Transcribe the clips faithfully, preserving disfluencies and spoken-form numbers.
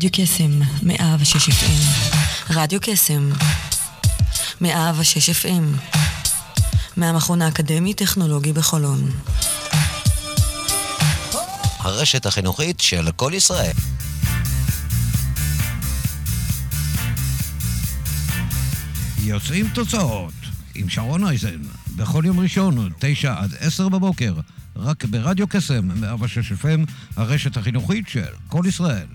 רדיו קסם, מאה ושש אף אם. רדיו קסם, מאה ושש אף אם. מהמכון האקדמי-טכנולוגי בחולון. הרשת החינוכית של כל ישראל. יוצאים תוצאות עם שרון אייזן בכל יום ראשון תשע עד עשר בבוקר, רק ברדיו קסם מאה ושש אף אם, הרשת החינוכית של כל ישראל.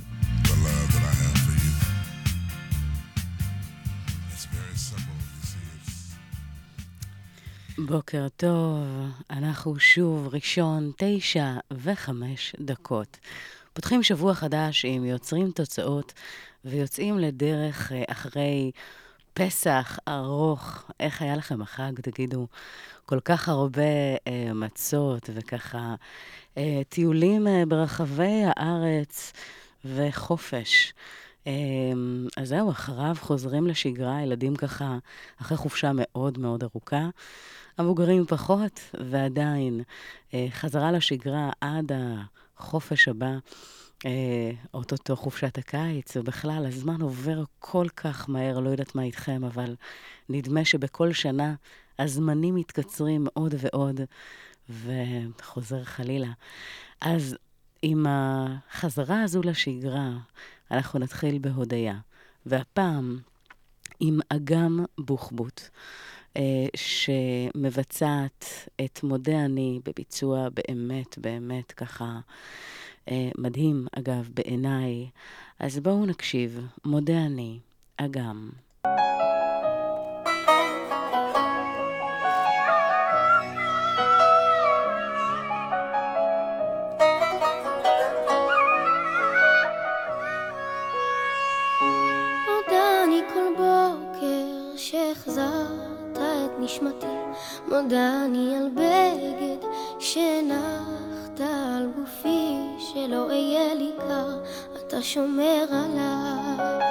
בוקר טוב, אנחנו שוב ראשון תשע וחמש דקות. פותחים שבוע חדש עם יוצרים תוצאות ויוצאים לדרך אחרי פסח ארוך. איך היה לכם החג? תגידו, כל כך הרבה אה, מצות וככה אה, טיולים אה, ברחבי הארץ וחופש. אה, אז זהו, אחריו חוזרים לשגרה, ילדים ככה אחרי חופשה מאוד מאוד ארוכה. המבוגרים פחות, ועדיין אה, חזרה לשגרה עד החופש הבא, אה, אוטוטו חופשת הקיץ, ובכלל הזמן עובר כל כך מהר, לא יודעת מה איתכם, אבל נדמה שבכל שנה הזמנים מתקצרים עוד ועוד, וחוזר חלילה. אז עם החזרה הזו לשגרה, אנחנו נתחיל בהודיה, והפעם עם אגם בוחבוט, שמבצעת את מודה אני בביצוע באמת, באמת ככה מדהים, אגב, בעיניי. אז בואו נקשיב, מודה אני, אגם. מודה אני כל בוקר שהחזרת את נשמתי, מודה אני על בגד שנחת על גופי, שלא אהיה לי קר, אתה שומר עליי.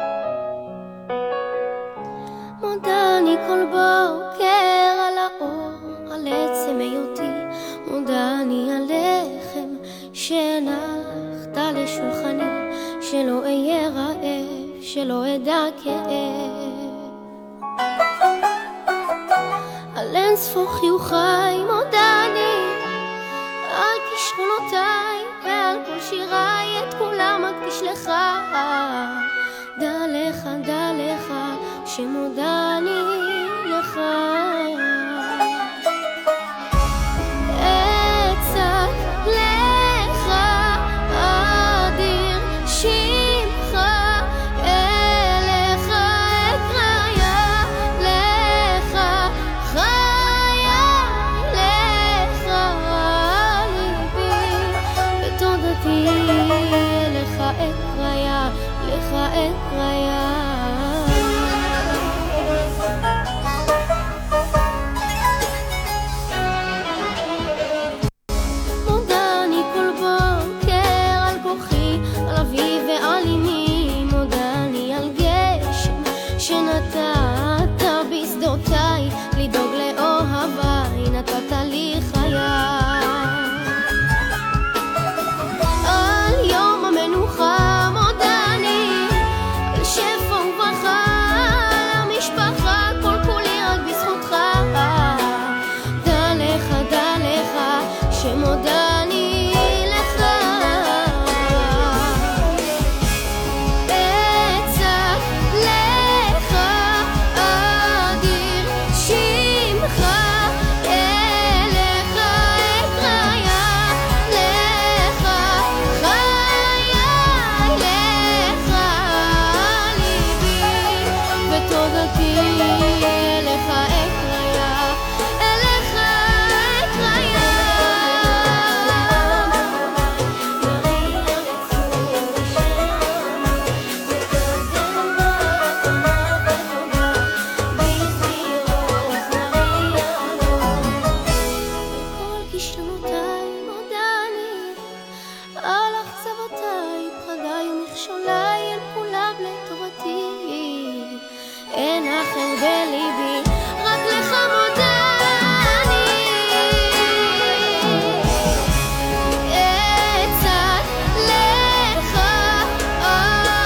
מודה אני כל בוקר על האור, על עצם היותי, מודה אני על לחם שנחת לשולחני, שלא אהיה רעב, שלא אדע כאב. על אין ספור חיוכי מודה אני, על כישרונותיי ועל כל שיריי, את כולם אקדיש לך. דע לך, דע לך, שמודה אני לך. אצעק לך אדיר שמך, אליך אקרא לך חיי, לך ליבי ותודתי, לך אקרא, לך אקרא. Oh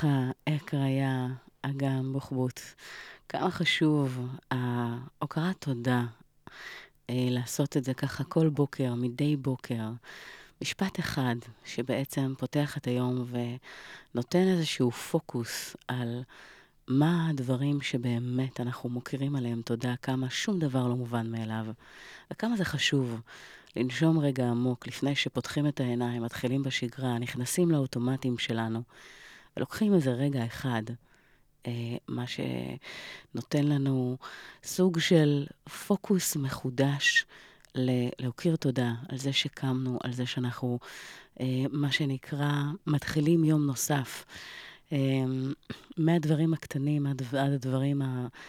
לך אקריה אגם בוחבוט. כמה חשוב ההוקרת תודה, אה, לעשות את זה ככה כל בוקר, מדי בוקר. משפט אחד שבעצם פותח את היום ונותן איזשהו פוקוס על מה הדברים שבאמת אנחנו מוכירים עליהם תודה, כמה שום דבר לא מובן מאליו, וכמה זה חשוב לנשום רגע עמוק לפני שפותחים את העיניים, מתחילים בשגרה, נכנסים לאוטומטים שלנו, ולוקחים איזה רגע אחד, אה, מה שנותן לנו סוג של פוקוס מחודש, ל- להוקיר תודה על זה שקמנו, על זה שאנחנו, אה, מה שנקרא, מתחילים יום נוסף. אה, מהדברים הקטנים עד, עד הדברים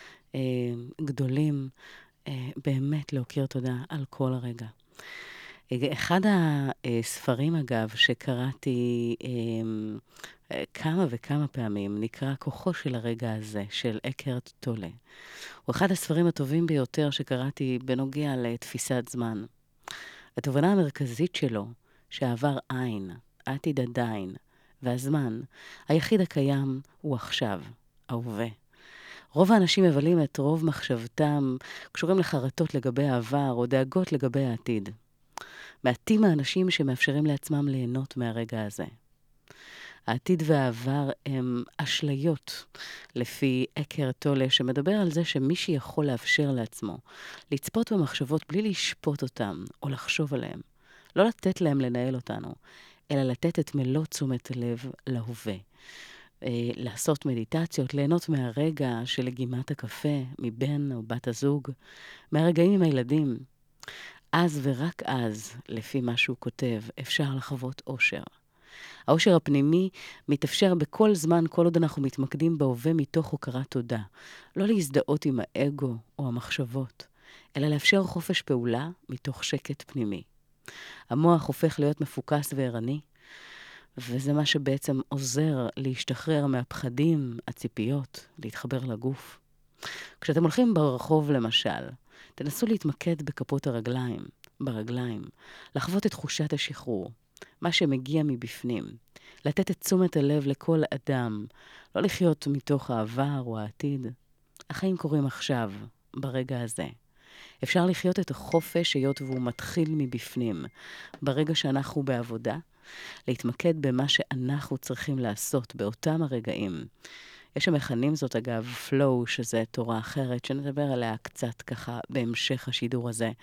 הגדולים, אה, באמת להוקיר תודה על כל הרגע. אחד הספרים, אגב, שקראתי אה, כמה וכמה פעמים, נקרא כוחו של הרגע הזה, של אקהרט טולה. הוא אחד הספרים הטובים ביותר שקראתי בנוגע לתפיסת זמן. התובנה המרכזית שלו, שהעבר עין, העתיד עדיין, והזמן, היחיד הקיים הוא עכשיו, ההווה. רוב האנשים מבלים את רוב מחשבתם, קשורים לחרטות לגבי העבר או דאגות לגבי העתיד. מעטים האנשים שמאפשרים לעצמם ליהנות מהרגע הזה. העתיד והעבר הם אשליות, לפי אקהרט טולה, שמדבר על זה שמי שיכול לאפשר לעצמו לצפות במחשבות בלי לשפוט אותם או לחשוב עליהם, לא לתת להם לנהל אותנו, אלא לתת את מלוא תשומת הלב להווה. אה, לעשות מדיטציות, ליהנות מהרגע של לגימת הקפה, מבן או בת הזוג, מהרגעים עם הילדים. אז ורק אז, לפי מה שהוא כותב, אפשר לחוות אושר. האושר הפנימי מתאפשר בכל זמן, כל עוד אנחנו מתמקדים בהווה מתוך הוקרת תודה. לא להזדהות עם האגו או המחשבות, אלא לאפשר חופש פעולה מתוך שקט פנימי. המוח הופך להיות מפוקס וערני, וזה מה שבעצם עוזר להשתחרר מהפחדים, הציפיות, להתחבר לגוף. כשאתם הולכים ברחוב למשל, תנסו להתמקד בכפות הרגליים, ברגליים, לחוות את תחושת השחרור, מה שמגיע מבפנים, לתת את תשומת הלב לכל אדם, לא לחיות מתוך העבר או העתיד. החיים קורים עכשיו, ברגע הזה. אפשר לחיות את החופש היות והוא מתחיל מבפנים, ברגע שאנחנו בעבודה, להתמקד במה שאנחנו צריכים לעשות באותם הרגעים. יש המכנים זאת אגב flow, שזה תורה אחרת, שנדבר עליה קצת ככה בהמשך השידור הזה.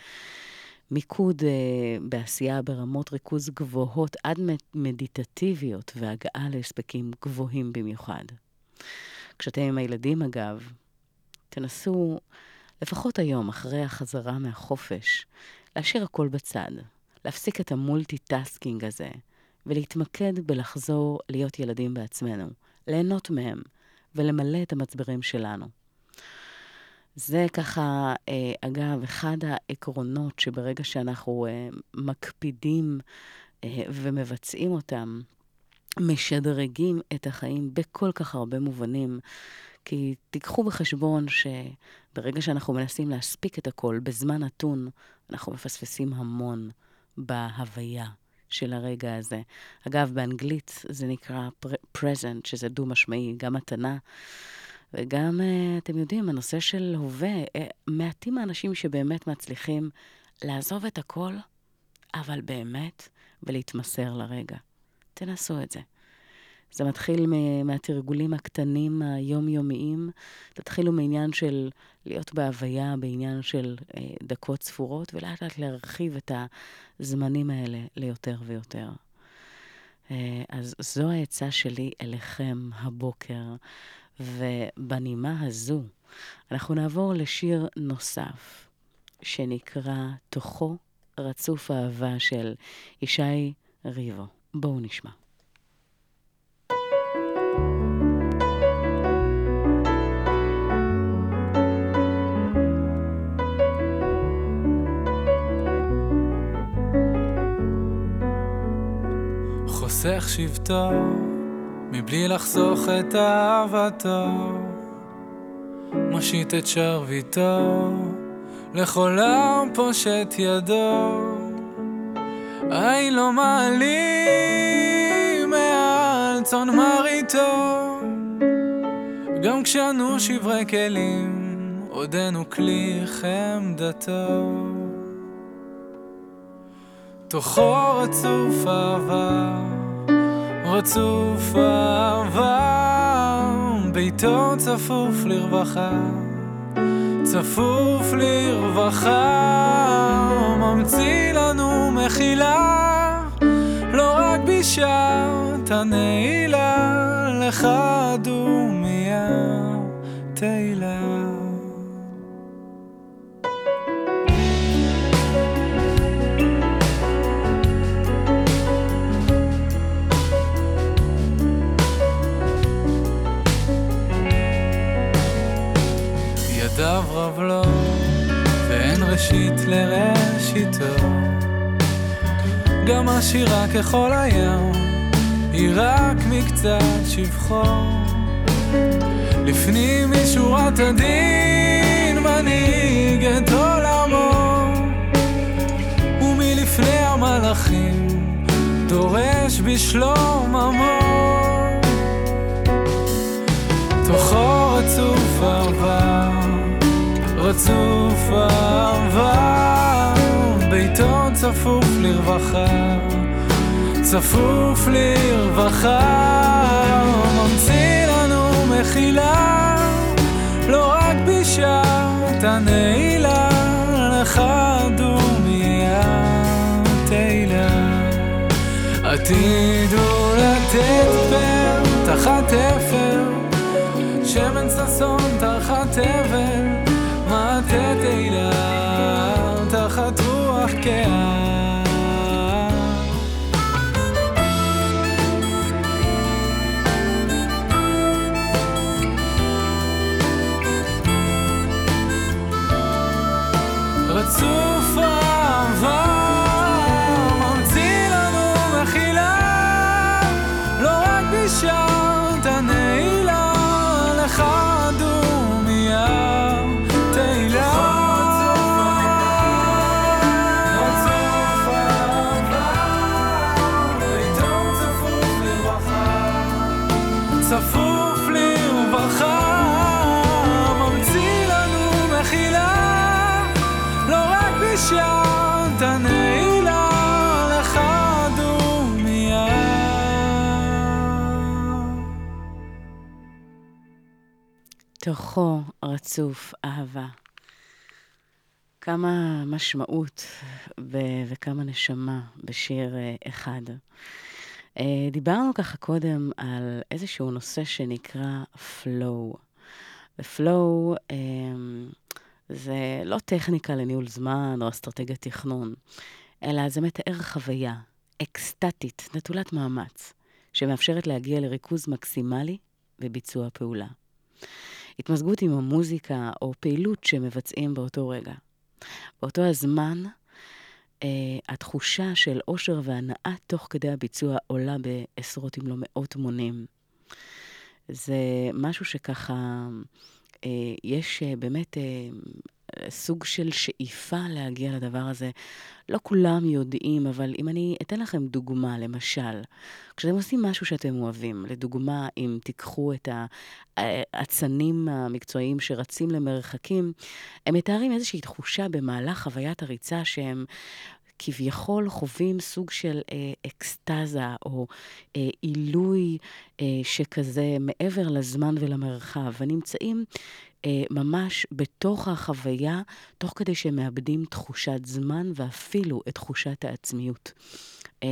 מיקוד אה, בעשייה ברמות ריכוז גבוהות עד מדיטטיביות והגעה להספקים גבוהים במיוחד. כשאתם עם הילדים אגב, תנסו לפחות היום אחרי החזרה מהחופש, להשאיר הכל בצד, להפסיק את המולטי-טסקינג הזה, ולהתמקד בלחזור להיות ילדים בעצמנו, ליהנות מהם, ולמלא את המצברים שלנו. זה ככה, אה, אגב, אחד העקרונות שברגע שאנחנו אה, מקפידים אה, ומבצעים אותם, משדרגים את החיים בכל כך הרבה מובנים, כי תיקחו בחשבון שברגע שאנחנו מנסים להספיק את הכל בזמן נתון, אנחנו מפספסים המון בהוויה של הרגע הזה. אגב, באנגלית זה נקרא present, שזה דו-משמעי, גם מתנה, וגם, אתם יודעים, הנושא של הווה, מעטים האנשים שבאמת מצליחים לעזוב את הכל, אבל באמת, ולהתמסר לרגע. תנסו את זה. זה מתחיל מהתרגולים הקטנים היומיומיים, תתחילו מעניין של להיות בהוויה, בעניין של אה, דקות ספורות, ולאט לאט להרחיב את הזמנים האלה ליותר ויותר. אה, אז זו העצה שלי אליכם הבוקר, ובנימה הזו אנחנו נעבור לשיר נוסף, שנקרא תוכו רצוף אהבה של ישי ריבו. בואו נשמע. חוסך שבטו מבלי לחסוך את אהבתו, מושיט את שרביטו לכל העם פושט ידו, אין לו מעלים מעל צאן מרעיתו, גם כשאנו שברי כלים, עודנו כלי חמדתו. תוכו רצוף אהבה, רצוף אהבה, ביתו צפוף לרווחה, צפוף לרווחה, ממציא לנו מחילה, לא רק בשעת הנעילה, לך דומיה תהילה. ידיו רב לו ואין ראשית לראשיתו, גם השירה ככל הים היא רק מקצת שבחו. לפנים משורת הדין מנהיג את עולמו, ומלפני המלאכים דורש בשלום עמו. תוכו רצוף אהבה, רצוף אהבה, ביתו צפוף לרווחה, צפוף לרווחה, ממציא לנו מחילה, לא רק בשעת הנעילה, לך דומיה תהילה. עתידו לתת פר תחת אפר, שמן ששון תחת אבל, מטה תהילה תחת רוח קאה. רצוף אהבה, ממציא לנו מחילה, לא רק בשעת הנעילה, לך דומיה תהילה. רצוף אהבה, ביתו צפוף לרווחה, צפוף לרווחה, ממציא לנו מחילה, בשעת הנעילה, לך דומיה. תוכו רצוף אהבה. כמה משמעות ו- וכמה נשמה בשיר אחד. דיברנו ככה קודם על איזשהו נושא שנקרא flow. ו-flow זה לא טכניקה לניהול זמן או אסטרטגיית תכנון, אלא זה מתאר חוויה אקסטטית, נטולת מאמץ, שמאפשרת להגיע לריכוז מקסימלי בביצוע פעולה. התמזגות עם המוזיקה או פעילות שמבצעים באותו רגע. באותו הזמן, אה, התחושה של אושר והנאה תוך כדי הביצוע עולה בעשרות אם לא מאות מונים. זה משהו שככה, אה, יש אה, באמת אה, סוג של שאיפה להגיע לדבר הזה. לא כולם יודעים, אבל אם אני אתן לכם דוגמה, למשל, כשאתם עושים משהו שאתם אוהבים, לדוגמה, אם תיקחו את העצנים המקצועיים שרצים למרחקים, הם מתארים איזושהי תחושה במהלך חוויית הריצה שהם כביכול חווים סוג של אה, אקסטזה או אה, עילוי אה, שכזה מעבר לזמן ולמרחב, ונמצאים אה, ממש בתוך החוויה, תוך כדי שהם מאבדים תחושת זמן ואפילו את תחושת העצמיות. אה,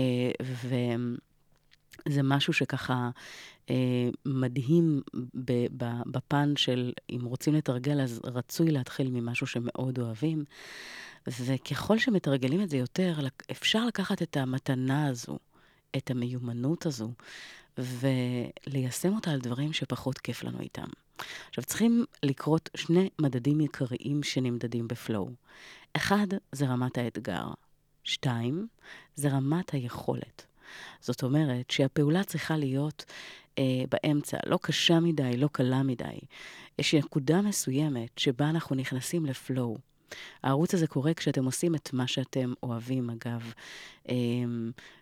וזה משהו שככה אה, מדהים ב- ב- בפן של אם רוצים לתרגל, אז רצוי להתחיל ממשהו שמאוד אוהבים. וככל שמתרגלים את זה יותר, אפשר לקחת את המתנה הזו, את המיומנות הזו, וליישם אותה על דברים שפחות כיף לנו איתם. עכשיו, צריכים לקרות שני מדדים עיקריים שנמדדים בפלואו. אחד, זה רמת האתגר. שתיים, זה רמת היכולת. זאת אומרת שהפעולה צריכה להיות אה, באמצע, לא קשה מדי, לא קלה מדי. יש נקודה מסוימת שבה אנחנו נכנסים לפלואו. הערוץ הזה קורה כשאתם עושים את מה שאתם אוהבים, אגב.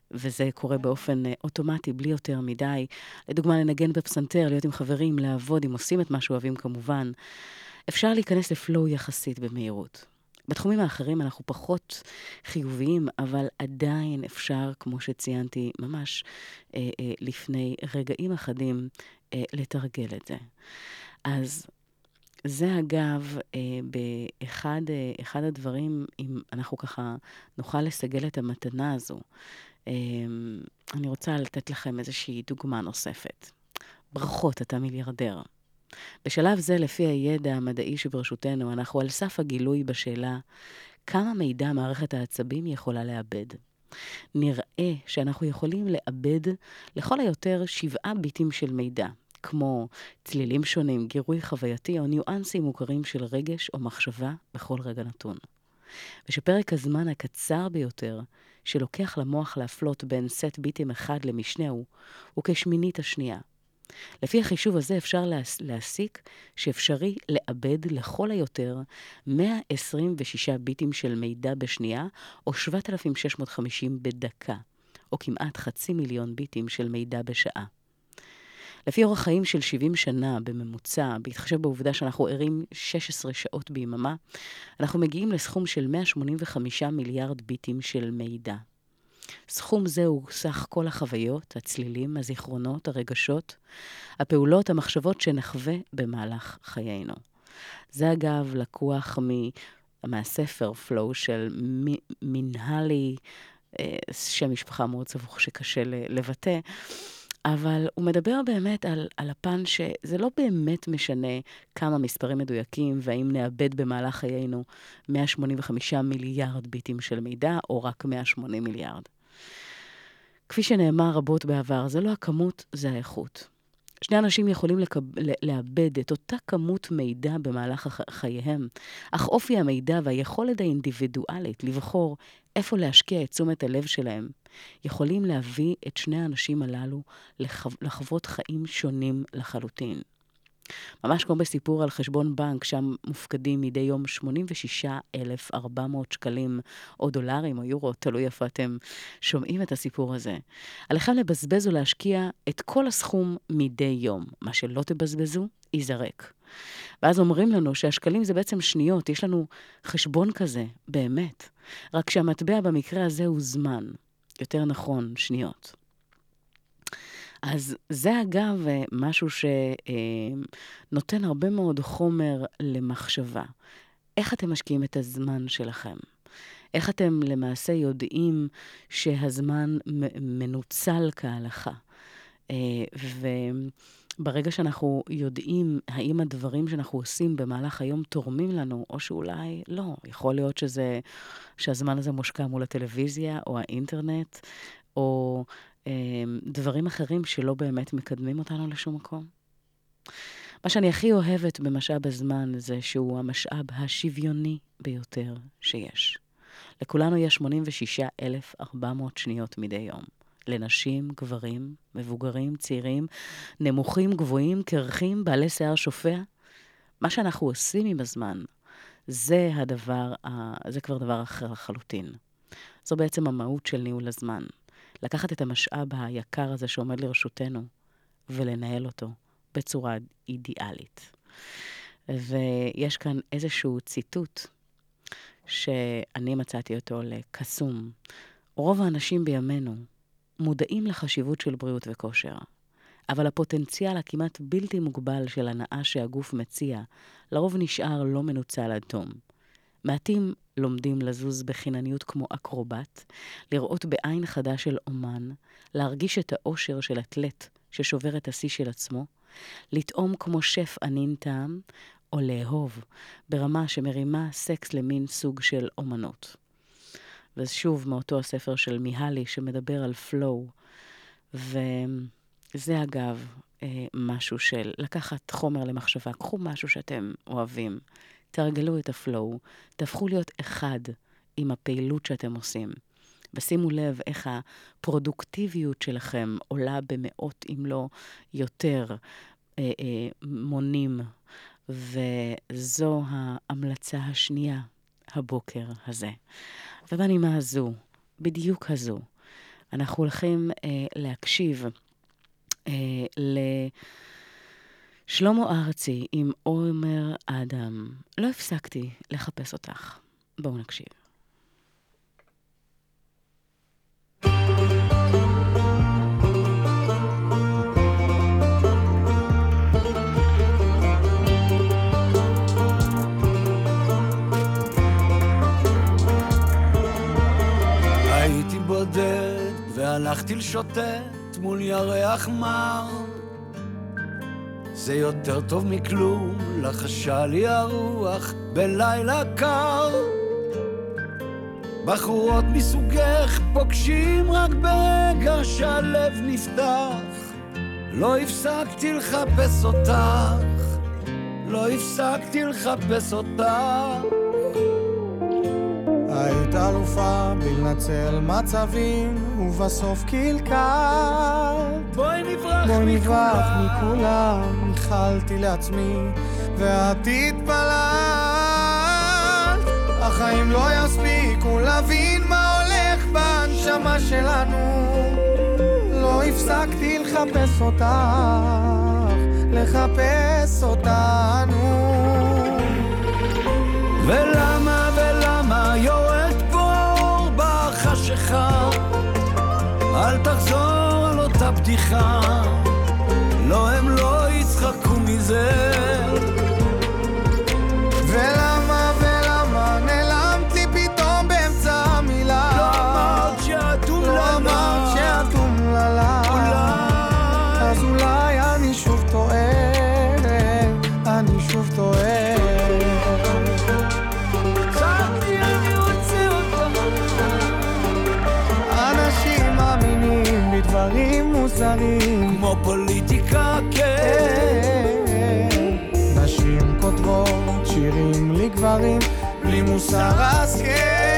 וזה קורה באופן אוטומטי, בלי יותר מדי. לדוגמה, לנגן בפסנתר, להיות עם חברים, לעבוד, אם עושים את מה שאוהבים כמובן. אפשר להיכנס לפלואו יחסית במהירות. בתחומים האחרים אנחנו פחות חיוביים, אבל עדיין אפשר, כמו שציינתי ממש אה, אה, לפני רגעים אחדים, אה, לתרגל את זה. אז זה אגב, אה, באחד אה, אחד הדברים, אם אנחנו ככה נוכל לסגל את המתנה הזו, אה, אני רוצה לתת לכם איזושהי דוגמה נוספת. ברכות, אתה מיליארדר. בשלב זה, לפי הידע המדעי שברשותנו, אנחנו על סף הגילוי בשאלה כמה מידע מערכת העצבים יכולה לאבד. נראה שאנחנו יכולים לאבד לכל היותר שבעה ביטים של מידע, כמו צלילים שונים, גירוי חווייתי או ניואנסים מוכרים של רגש או מחשבה בכל רגע נתון. ושפרק הזמן הקצר ביותר שלוקח למוח להפלות בין סט ביטים אחד למשנהו הוא כשמינית השנייה. לפי החישוב הזה אפשר להסיק שאפשרי לאבד לכל היותר מאה עשרים ושישה ביטים של מידע בשנייה, או שבעת אלפים שש מאות וחמישים בדקה, או כמעט חצי מיליון ביטים של מידע בשעה. לפי אורח חיים של שבעים שנה בממוצע, בהתחשב בעובדה שאנחנו ערים שש עשרה שעות ביממה, אנחנו מגיעים לסכום של מאה שמונים וחמישה מיליארד ביטים של מידע. סכום זה הוא סך כל החוויות, הצלילים, הזיכרונות, הרגשות, הפעולות, המחשבות שנחווה במהלך חיינו. זה אגב לקוח מהספר פלואו של מנהלי, שם משפחה מאוד סבוך שקשה לבטא, אבל הוא מדבר באמת על, על הפן שזה לא באמת משנה כמה מספרים מדויקים, והאם נאבד במהלך חיינו מאה שמונים וחמישה מיליארד ביטים של מידע, או רק מאה ושמונים מיליארד. כפי שנאמר רבות בעבר, זה לא הכמות, זה האיכות. שני אנשים יכולים לקב... לאבד את אותה כמות מידע במהלך הח... חייהם, אך אופי המידע והיכולת האינדיבידואלית לבחור איפה להשקיע את תשומת הלב שלהם, יכולים להביא את שני האנשים הללו לחו... לחוות חיים שונים לחלוטין. ממש כמו בסיפור על חשבון בנק, שם מופקדים מדי יום שמונים ושישה אלף וארבע מאות שקלים, או דולרים, או יורו, תלוי איפה אתם שומעים את הסיפור הזה. עליכם לבזבז ולהשקיע את כל הסכום מדי יום. מה שלא תבזבזו, ייזרק. ואז אומרים לנו שהשקלים זה בעצם שניות, יש לנו חשבון כזה, באמת. רק שהמטבע במקרה הזה הוא זמן. יותר נכון, שניות. אז זה אגב משהו שנותן הרבה מאוד חומר למחשבה. איך אתם משקיעים את הזמן שלכם? איך אתם למעשה יודעים שהזמן מנוצל כהלכה? וברגע שאנחנו יודעים האם הדברים שאנחנו עושים במהלך היום תורמים לנו, או שאולי לא. יכול להיות שזה, שהזמן הזה מושקע מול הטלוויזיה או האינטרנט, או דברים אחרים שלא באמת מקדמים אותנו לשום מקום. מה שאני הכי אוהבת במשאב הזמן זה שהוא המשאב השוויוני ביותר שיש. לכולנו יש שמונים ושישה אלף וארבע מאות שניות מדי יום. לנשים, גברים, מבוגרים, צעירים, נמוכים, גבוהים, קרחים, בעלי שיער שופע. מה שאנחנו עושים עם הזמן, זה הדבר, זה כבר דבר אחר לחלוטין. זו בעצם המהות של ניהול הזמן. לקחת את המשאב היקר הזה שעומד לרשותנו, ולנהל אותו בצורה אידיאלית. ויש כאן איזשהו ציטוט, שאני מצאתי אותו לקסום. רוב האנשים בימינו מודעים לחשיבות של בריאות וכושר, אבל הפוטנציאל הכמעט בלתי מוגבל של הנאה שהגוף מציע, לרוב נשאר לא מנוצל עד תום. מעטים לומדים לזוז בחינניות כמו אקרובט, לראות בעין חדה של אומן, להרגיש את האושר של אתלט ששובר את השיא של עצמו, לטעום כמו שף ענין טעם, או לאהוב ברמה שמרימה סקס למין סוג של אומנות. ושוב מאותו הספר של מיהלי שמדבר על פלואו, וזה אגב משהו של לקחת חומר למחשבה, קחו משהו שאתם אוהבים, תרגלו את הפלואו, תהפכו להיות אחד עם הפעילות שאתם עושים. ושימו לב איך הפרודוקטיביות שלכם עולה במאות אם לא יותר אה, אה, מונים. וזו ההמלצה השנייה הבוקר הזה. ובנימה הזו, בדיוק הזו, אנחנו הולכים אה, להקשיב אה, לשלמה ארצי עם עומר אדם. לא הפסקתי לחפש אותך. בואו נקשיב. הייתי בודד והלכתי לשוטט מול ירח מר, זה יותר טוב מכלום, לחשה לי הרוח בלילה קר. בחורות מסוגך פוגשים רק ברגע שהלב נפתח, לא הפסקתי לחפש אותך, לא הפסקתי לחפש אותך. היית אלופה בלנצל מצבים ובסוף קלקלת, בואי נברח בואי מכולם, נברח מכולם. ייחלתי לעצמי ואת התפללת, החיים לא יספיקו להבין מה הולך בנשמה שלנו. לא הפסקתי לחפש אותך, לחפש אותנו. ולמה ולמה יורד בור בחשיכה, אל תחזור על אותה בדיחה, לא הם לא יצחקו מזה. ולמה ולמה נעלמת לי פתאום באמצע המילה, לא אמרת שאת אומללה, לא אמרת שאת אומללה. אולי אז אולי אני שוב טועה, אני שוב טועה. חשבתי אני רוצה אותך. אנשים מאמינים בדברים מוזרים כמו פוליטיקה, כן. נשים כותבות שירים לגברים בלי מוסר השכל.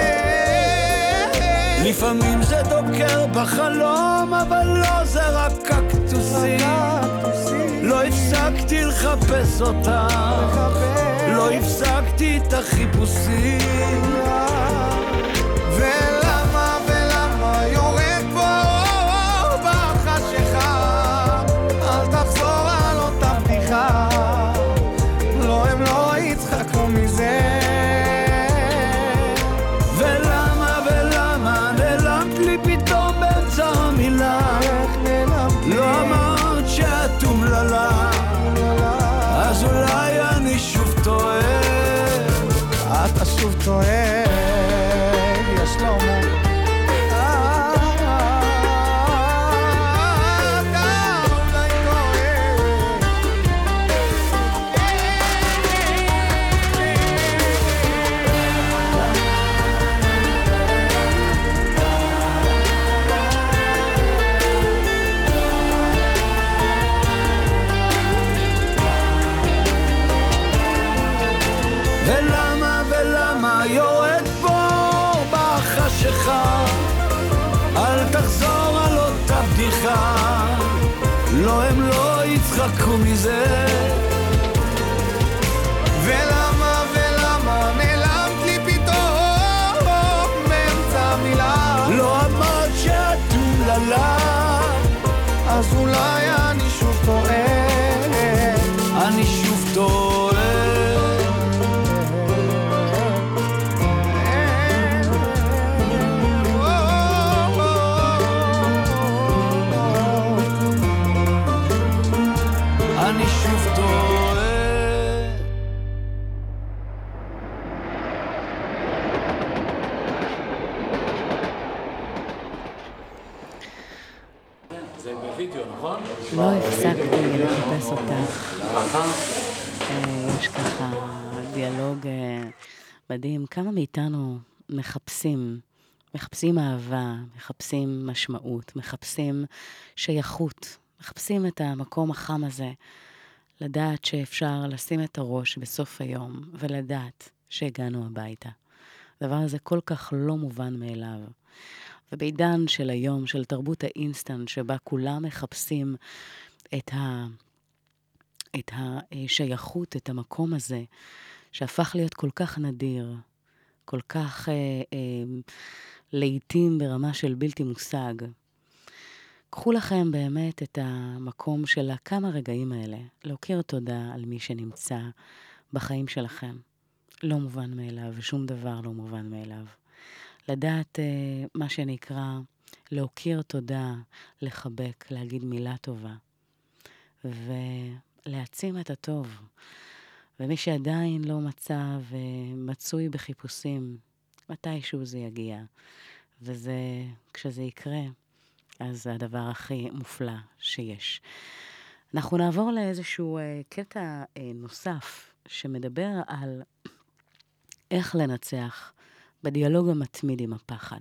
לפעמים זה דוקר בחלום, אבל לא, זה רק קקטוסים. לא הפסקתי לחפש אותך, לא הפסקתי את החיפושים. ולמה ולמה יורד פה בחשיכה, אל תחזור על אותה בדיחה, לא הם לא יצחקו מזה. ולמה ולמה נעלמת לי פתאום באמצע המילה, איך נעלמת לי, לא אמרת שאת אומללה, אז אולי אני שוב טועה. אתה שוב טועה, יש לו מה. ולמה ולמה יורד בור בחשיכה, אל תחזור על אותה בדיחה, לא הם לא יצחקו מזה. ולמה ולמה נעלמת לי פתאום באמצע המילה, לא אמרת שאת אומללה, אז אולי אני שוב טועה, אני שוב טועה. אני שוב טועה. זה בווידאו, נכון? לא הפסקתי לחפש אותך. אה, יש ככה דיאלוג אה, מדהים. כמה מאיתנו מחפשים, מחפשים אהבה, מחפשים משמעות, מחפשים שייכות, מחפשים את המקום החם הזה, לדעת שאפשר לשים את הראש בסוף היום ולדעת שהגענו הביתה. הדבר הזה כל כך לא מובן מאליו. ובעידן של היום, של תרבות האינסטנט, שבה כולם מחפשים את, ה... את השייכות, את המקום הזה, שהפך להיות כל כך נדיר, כל כך אה, אה, לעתים ברמה של בלתי מושג, קחו לכם באמת את המקום של הכמה רגעים האלה, להוקיר תודה על מי שנמצא בחיים שלכם. לא מובן מאליו, ושום דבר לא מובן מאליו. לדעת אה, מה שנקרא, להוקיר תודה, לחבק, להגיד מילה טובה, ולהעצים את הטוב. ומי שעדיין לא מצא ומצוי בחיפושים, מתישהו זה יגיע. וזה, כשזה יקרה, אז זה הדבר הכי מופלא שיש. אנחנו נעבור לאיזשהו אה, קטע אה, נוסף, שמדבר על איך לנצח בדיאלוג המתמיד עם הפחד.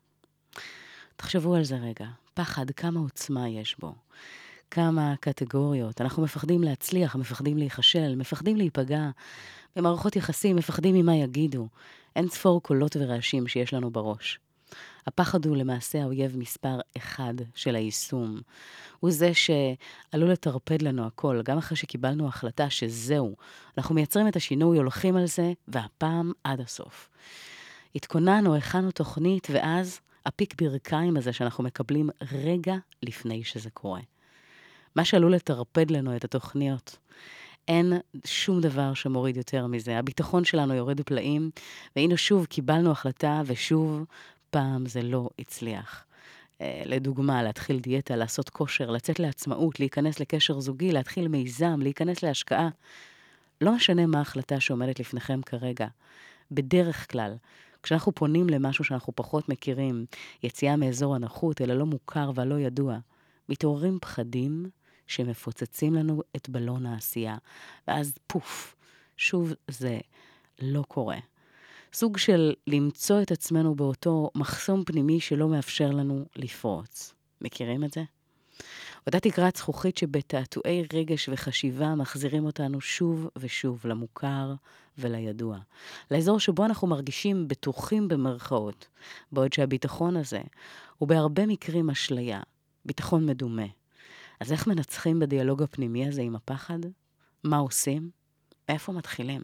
תחשבו על זה רגע. פחד, כמה עוצמה יש בו. כמה קטגוריות. אנחנו מפחדים להצליח, מפחדים להיחשל, מפחדים להיפגע. במערכות יחסים, מפחדים ממה יגידו. אין ספור קולות ורעשים שיש לנו בראש. הפחד הוא למעשה האויב מספר אחד של היישום. הוא זה שעלול לטרפד לנו הכל, גם אחרי שקיבלנו החלטה שזהו. אנחנו מייצרים את השינוי, הולכים על זה, והפעם עד הסוף. התכוננו, הכנו תוכנית, ואז הפיק ברכיים הזה שאנחנו מקבלים רגע לפני שזה קורה. מה שעלול לטרפד לנו את התוכניות. אין שום דבר שמוריד יותר מזה. הביטחון שלנו יורד בפלאים, והנה שוב קיבלנו החלטה, ושוב פעם זה לא הצליח. לדוגמה, להתחיל דיאטה, לעשות כושר, לצאת לעצמאות, להיכנס לקשר זוגי, להתחיל מיזם, להיכנס להשקעה. לא משנה מה ההחלטה שעומדת לפניכם כרגע. בדרך כלל, כשאנחנו פונים למשהו שאנחנו פחות מכירים, יציאה מאזור הנוחות, אלא לא מוכר ולא ידוע, מתעוררים פחדים שמפוצצים לנו את בלון העשייה, ואז פוף, שוב זה לא קורה. סוג של למצוא את עצמנו באותו מחסום פנימי שלא מאפשר לנו לפרוץ. מכירים את זה? אותה תקרת זכוכית שבתעתועי רגש וחשיבה מחזירים אותנו שוב ושוב למוכר ולידוע. לאזור שבו אנחנו מרגישים בטוחים במרכאות, בעוד שהביטחון הזה הוא בהרבה מקרים אשליה, ביטחון מדומה. אז איך מנצחים בדיאלוג הפנימי הזה עם הפחד? מה עושים? איפה מתחילים?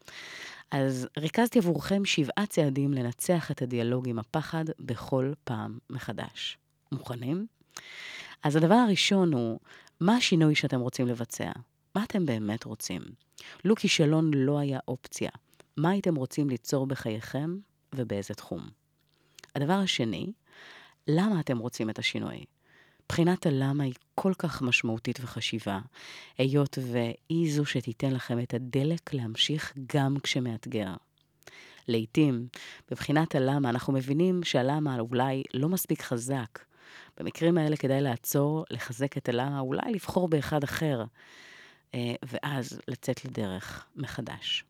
אז ריכזתי עבורכם שבעה צעדים לנצח את הדיאלוג עם הפחד בכל פעם מחדש. מוכנים? אז הדבר הראשון הוא, מה השינוי שאתם רוצים לבצע? מה אתם באמת רוצים? לו כישלון לא היה אופציה. מה הייתם רוצים ליצור בחייכם ובאיזה תחום? הדבר השני, למה אתם רוצים את השינוי? בחינת הלמה היא כל כך משמעותית וחשיבה, היות והיא זו שתיתן לכם את הדלק להמשיך גם כשמאתגר. לעתים, בבחינת הלמה אנחנו מבינים שהלמה אולי לא מספיק חזק. במקרים האלה כדאי לעצור, לחזק את הלמה, אולי לבחור באחד אחר, ואז לצאת לדרך מחדש.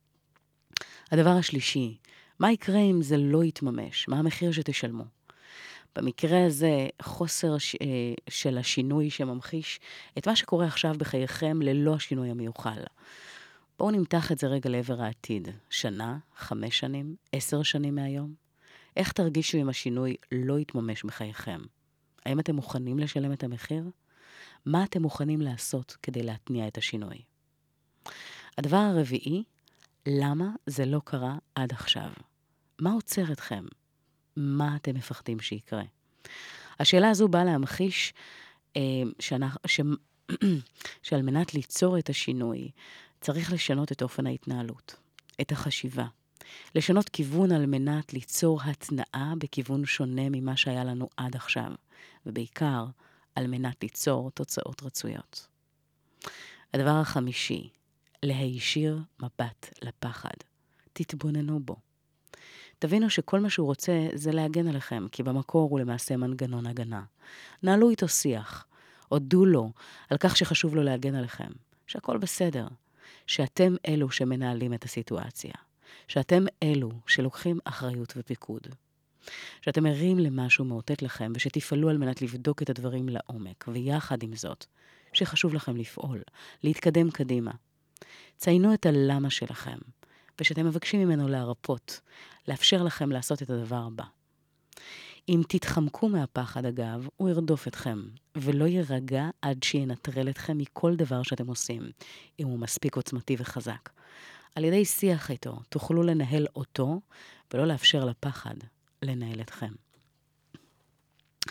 הדבר השלישי, מה יקרה אם זה לא יתממש? מה המחיר שתשלמו? במקרה הזה, חוסר ש... של השינוי שממחיש את מה שקורה עכשיו בחייכם ללא השינוי המיוחל. בואו נמתח את זה רגע לעבר העתיד. שנה, חמש שנים, עשר שנים מהיום. איך תרגישו אם השינוי לא יתממש בחייכם? האם אתם מוכנים לשלם את המחיר? מה אתם מוכנים לעשות כדי להתניע את השינוי? הדבר הרביעי, למה זה לא קרה עד עכשיו? מה עוצר אתכם? מה אתם מפחדים שיקרה? השאלה הזו באה להמחיש אה, שאנחנו, ש... שעל מנת ליצור את השינוי, צריך לשנות את אופן ההתנהלות, את החשיבה. לשנות כיוון על מנת ליצור התנאה בכיוון שונה ממה שהיה לנו עד עכשיו, ובעיקר על מנת ליצור תוצאות רצויות. הדבר החמישי, להישיר מבט לפחד. תתבוננו בו. תבינו שכל מה שהוא רוצה זה להגן עליכם, כי במקור הוא למעשה מנגנון הגנה. נעלו איתו שיח, הודו לו על כך שחשוב לו להגן עליכם, שהכל בסדר, שאתם אלו שמנהלים את הסיטואציה, שאתם אלו שלוקחים אחריות ופיקוד, שאתם ערים למשהו מאותת לכם ושתפעלו על מנת לבדוק את הדברים לעומק, ויחד עם זאת, שחשוב לכם לפעול, להתקדם קדימה. ציינו את הלמה שלכם, ושאתם מבקשים ממנו להרפות, לאפשר לכם לעשות את הדבר הבא. אם תתחמקו מהפחד אגב, הוא ירדוף אתכם, ולא יירגע עד שינטרל אתכם מכל דבר שאתם עושים, אם הוא מספיק עוצמתי וחזק. על ידי שיח איתו, תוכלו לנהל אותו, ולא לאפשר לפחד לנהל אתכם.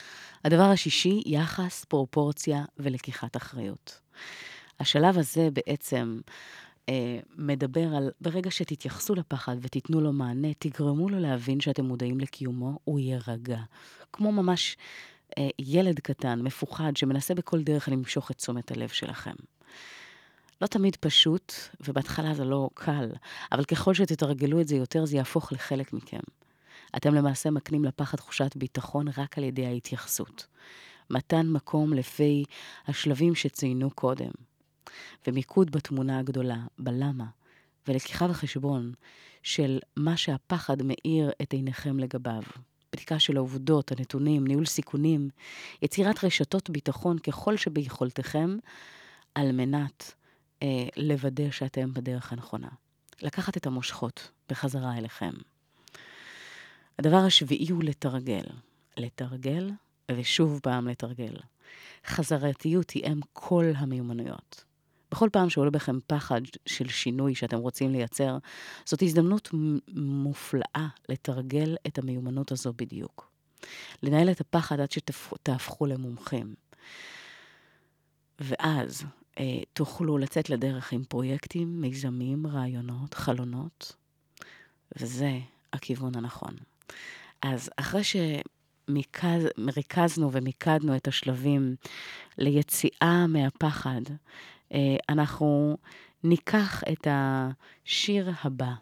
הדבר השישי, יחס, פרופורציה ולקיחת אחריות. השלב הזה בעצם אה, מדבר על, ברגע שתתייחסו לפחד ותיתנו לו מענה, תגרמו לו להבין שאתם מודעים לקיומו, הוא יירגע. כמו ממש אה, ילד קטן, מפוחד, שמנסה בכל דרך למשוך את תשומת הלב שלכם. לא תמיד פשוט, ובהתחלה זה לא קל, אבל ככל שתתרגלו את זה יותר, זה יהפוך לחלק מכם. אתם למעשה מקנים לפחד תחושת ביטחון רק על ידי ההתייחסות. מתן מקום לפי השלבים שציינו קודם. ומיקוד בתמונה הגדולה, בלמה, ולקיחה בחשבון של מה שהפחד מאיר את עיניכם לגביו. בדיקה של העובדות, הנתונים, ניהול סיכונים, יצירת רשתות ביטחון ככל שביכולתכם, על מנת אה, לוודא שאתם בדרך הנכונה. לקחת את המושכות בחזרה אליכם. הדבר השביעי הוא לתרגל. לתרגל ושוב פעם לתרגל. חזרתיות היא אם כל המיומנויות. בכל פעם שעולה בכם פחד של שינוי שאתם רוצים לייצר, זאת הזדמנות מופלאה לתרגל את המיומנות הזו בדיוק. לנהל את הפחד עד שתהפכו למומחים. ואז אה, תוכלו לצאת לדרך עם פרויקטים, מיזמים, רעיונות, חלונות, וזה הכיוון הנכון. אז אחרי שמריכזנו ומיקדנו את השלבים ליציאה מהפחד, אנחנו ניקח את השיר הבא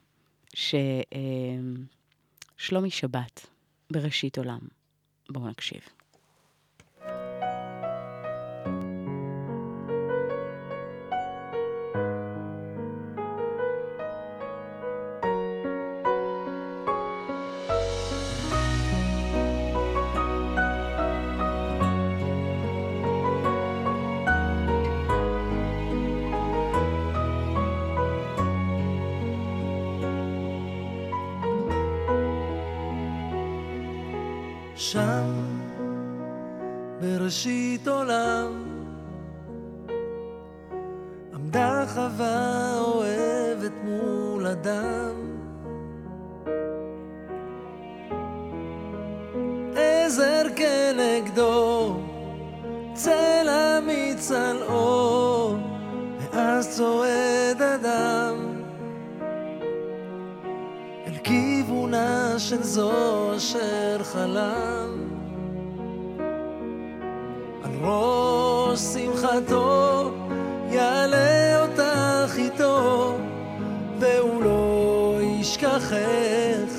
ששלומי שבת בראשית עולם. בואו נקשיב. שם בראשית עולם עמדה חווה אוהבת מול אדם, עזר כנגדו צלע מצלעו, ואז צועד אדם אל כיוונה של זו אשר חלם. על ראש שמחתו יעלה אותך איתו, והוא לא ישכחך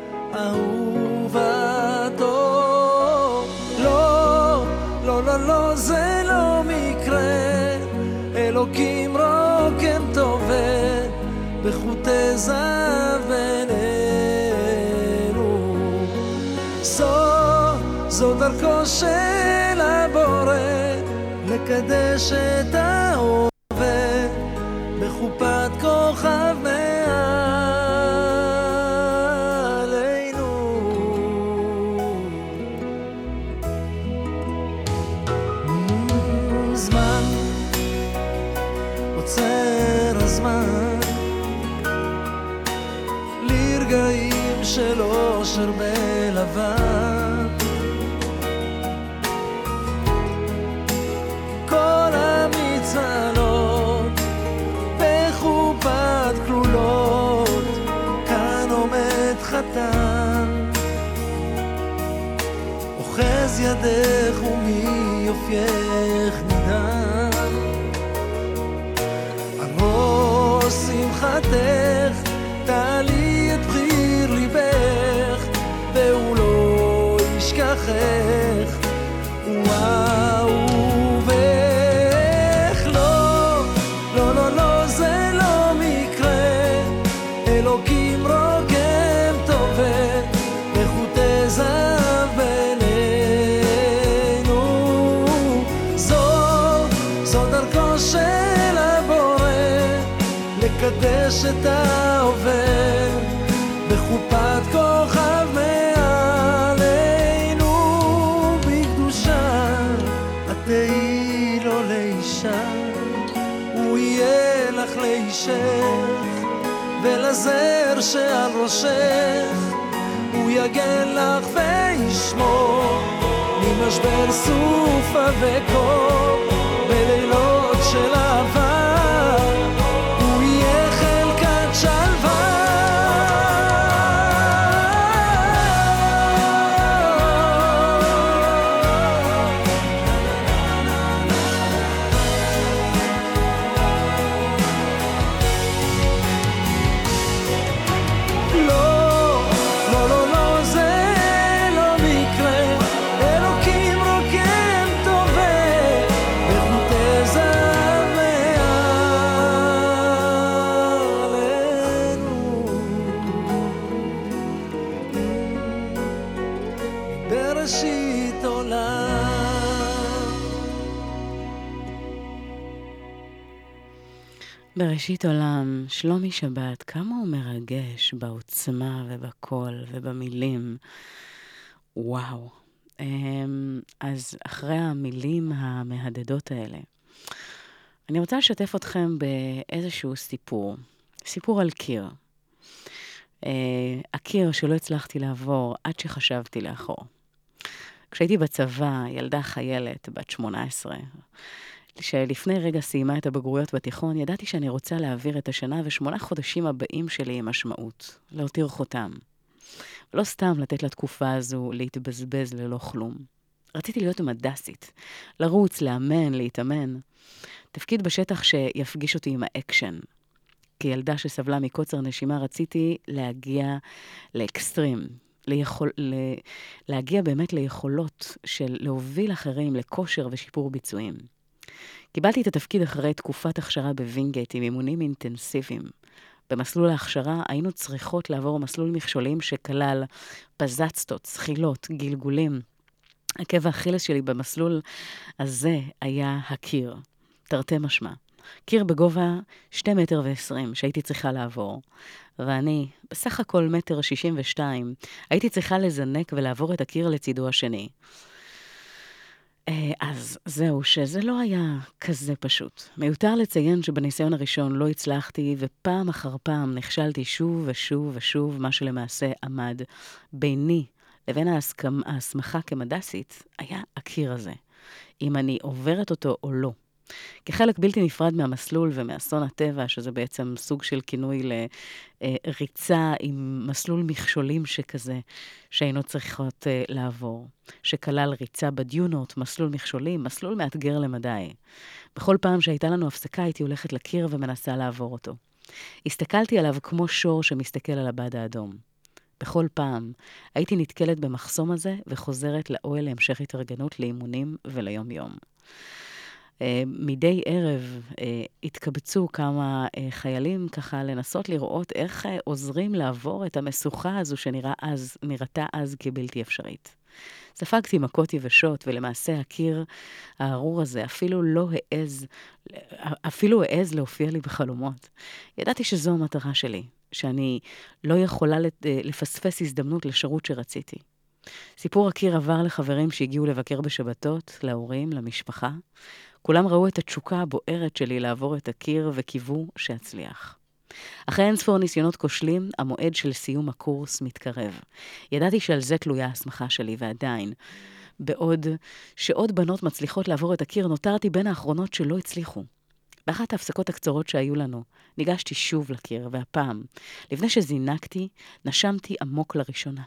אהובתו. לא, לא, לא, לא, זה לא מקרה, אלוקים רוקם טובה בחוטי זהב בינינו. זו, זו דרכו של הבורא לקדש את ההווה בחופת כוכב מעלינו. זמן עוצר הזמן לרגעים של אושר בלבן, כל המצלות בחופת כלולות, כאן עומד חתן אוחז ידך ומיופייך נדן. על ראש שמחתך תעלי את בחיר ליבך, והוא לא ישכחך ואהובך. לא, לא, לא, לא, זה לא מקרה, אלוקים רוקם טובה בחוטי זהב בינינו. זו, זו דרכו של הבורא לקדש את ההווה בחופת כוכב מעלינו. בקדושה את תהיי לו לאישה, הוא יהיה לך לאישך, ולזר שעל ראשך הוא יגן לך וישמור משבר סופה וקור, בלילות של אהבה, הוא יהיה חלקת שלווה. בראשית עולם, שלומי שבת, כמה הוא מרגש בעוצמה ובקול ובמילים. וואו. אז אחרי המילים המהדדות האלה, אני רוצה לשתף אתכם באיזשהו סיפור. סיפור על קיר. הקיר שלא הצלחתי לעבור עד שחשבתי לאחור. כשהייתי בצבא, ילדה חיילת בת שמונה עשרה, שלפני רגע סיימה את הבגרויות בתיכון, ידעתי שאני רוצה להעביר את השנה ושמונה חודשים הבאים שלי עם משמעות, להותיר חותם. לא סתם לתת לתקופה הזו להתבזבז ללא כלום. רציתי להיות מדסית, לרוץ, לאמן, להתאמן. תפקיד בשטח שיפגיש אותי עם האקשן. כילדה שסבלה מקוצר נשימה רציתי להגיע לאקסטרים, ליכול, להגיע באמת ליכולות של להוביל אחרים לכושר ושיפור ביצועים. קיבלתי את התפקיד אחרי תקופת הכשרה בווינגייט עם אימונים אינטנסיביים. במסלול ההכשרה היינו צריכות לעבור מסלול מכשולים שכלל פזצתות, שחילות, גלגולים. עקב האכילס שלי במסלול הזה היה הקיר, תרתי משמע. קיר בגובה שתי מטר ועשרים שהייתי צריכה לעבור. ואני, בסך הכל מטר שישים ושתיים, הייתי צריכה לזנק ולעבור את הקיר לצידו השני. אז זהו, שזה לא היה כזה פשוט. מיותר לציין שבניסיון הראשון לא הצלחתי, ופעם אחר פעם נכשלתי שוב ושוב ושוב, מה שלמעשה עמד ביני לבין ההסכמה, ההסמכה כמדסית, היה הקיר הזה. אם אני עוברת אותו או לא. כחלק בלתי נפרד מהמסלול ומאסון הטבע, שזה בעצם סוג של כינוי לריצה עם מסלול מכשולים שכזה, שהיינו צריכות לעבור, שכלל ריצה בדיונות, מסלול מכשולים, מסלול מאתגר למדי. בכל פעם שהייתה לנו הפסקה, הייתי הולכת לקיר ומנסה לעבור אותו. הסתכלתי עליו כמו שור שמסתכל על הבד האדום. בכל פעם הייתי נתקלת במחסום הזה וחוזרת לאוהל להמשך התארגנות לאימונים וליום יום. Uh, מדי ערב uh, התקבצו כמה uh, חיילים ככה לנסות לראות איך uh, עוזרים לעבור את המשוכה הזו שנראתה אז, נראתה אז כבלתי אפשרית. ספגתי מכות יבשות, ולמעשה הקיר הארור הזה אפילו לא העז, אפילו העז להופיע לי בחלומות. ידעתי שזו המטרה שלי, שאני לא יכולה לפספס הזדמנות לשירות שרציתי. סיפור הקיר עבר לחברים שהגיעו לבקר בשבתות, להורים, למשפחה. כולם ראו את התשוקה הבוערת שלי לעבור את הקיר וקיוו שאצליח. אחרי אין ספור ניסיונות כושלים, המועד של סיום הקורס מתקרב. ידעתי שעל זה תלויה ההסמכה שלי, ועדיין, בעוד שעוד בנות מצליחות לעבור את הקיר, נותרתי בין האחרונות שלא הצליחו. באחת ההפסקות הקצרות שהיו לנו, ניגשתי שוב לקיר, והפעם, לפני שזינקתי, נשמתי עמוק לראשונה.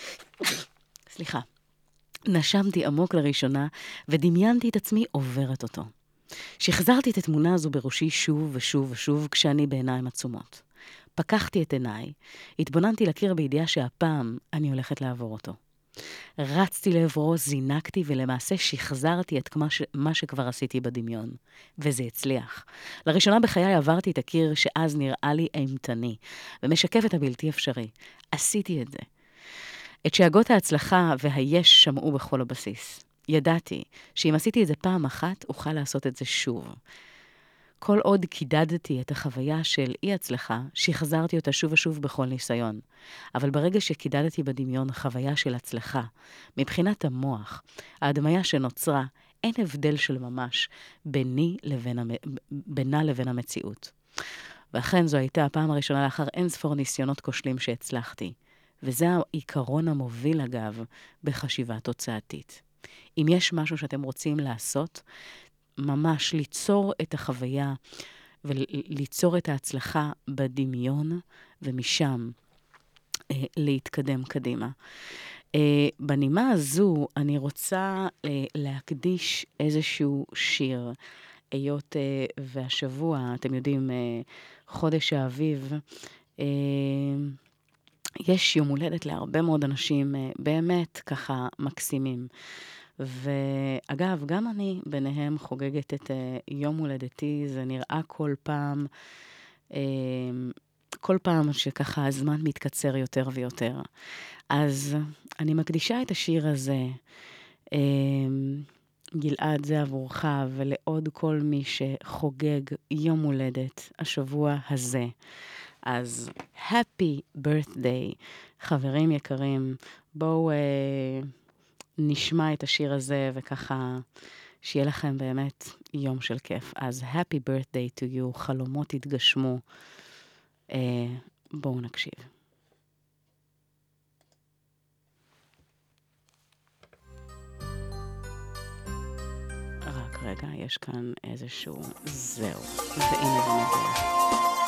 סליחה. נשמתי עמוק לראשונה, ודמיינתי את עצמי עוברת אותו. שחזרתי את התמונה הזו בראשי שוב ושוב ושוב, כשאני בעיניים עצומות. פקחתי את עיניי, התבוננתי לקיר בידיעה שהפעם אני הולכת לעבור אותו. רצתי לעברו, זינקתי, ולמעשה שחזרתי את מה, ש... מה שכבר עשיתי בדמיון. וזה הצליח. לראשונה בחיי עברתי את הקיר שאז נראה לי אימתני, ומשקף את הבלתי אפשרי. עשיתי את זה. את שאגות ההצלחה והיש שמעו בכל הבסיס. ידעתי שאם עשיתי את זה פעם אחת, אוכל לעשות את זה שוב. כל עוד קידדתי את החוויה של אי הצלחה, שחזרתי אותה שוב ושוב בכל ניסיון. אבל ברגע שקידדתי בדמיון חוויה של הצלחה, מבחינת המוח, ההדמיה שנוצרה, אין הבדל של ממש ביני לבין המ... בינה לבין המציאות. ואכן זו הייתה הפעם הראשונה לאחר אין ספור ניסיונות כושלים שהצלחתי. וזה העיקרון המוביל, אגב, בחשיבה תוצאתית. אם יש משהו שאתם רוצים לעשות, ממש ליצור את החוויה וליצור את ההצלחה בדמיון, ומשם אה, להתקדם קדימה. אה, בנימה הזו אני רוצה אה, להקדיש איזשהו שיר, היות אה, והשבוע, אתם יודעים, אה, חודש האביב, אה, יש יום הולדת להרבה מאוד אנשים אה, באמת ככה מקסימים. ואגב, גם אני ביניהם חוגגת את אה, יום הולדתי, זה נראה כל פעם, אה, כל פעם שככה הזמן מתקצר יותר ויותר. אז אני מקדישה את השיר הזה, אה, גלעד, זה עבורך, ולעוד כל מי שחוגג יום הולדת השבוע הזה. אז happy birthday, חברים יקרים, בואו אה, נשמע את השיר הזה, וככה שיהיה לכם באמת יום של כיף. אז happy birthday to you, חלומות התגשמו. אה, בואו נקשיב. רק רגע, יש כאן איזשהו זהו, והנה זה מגיע.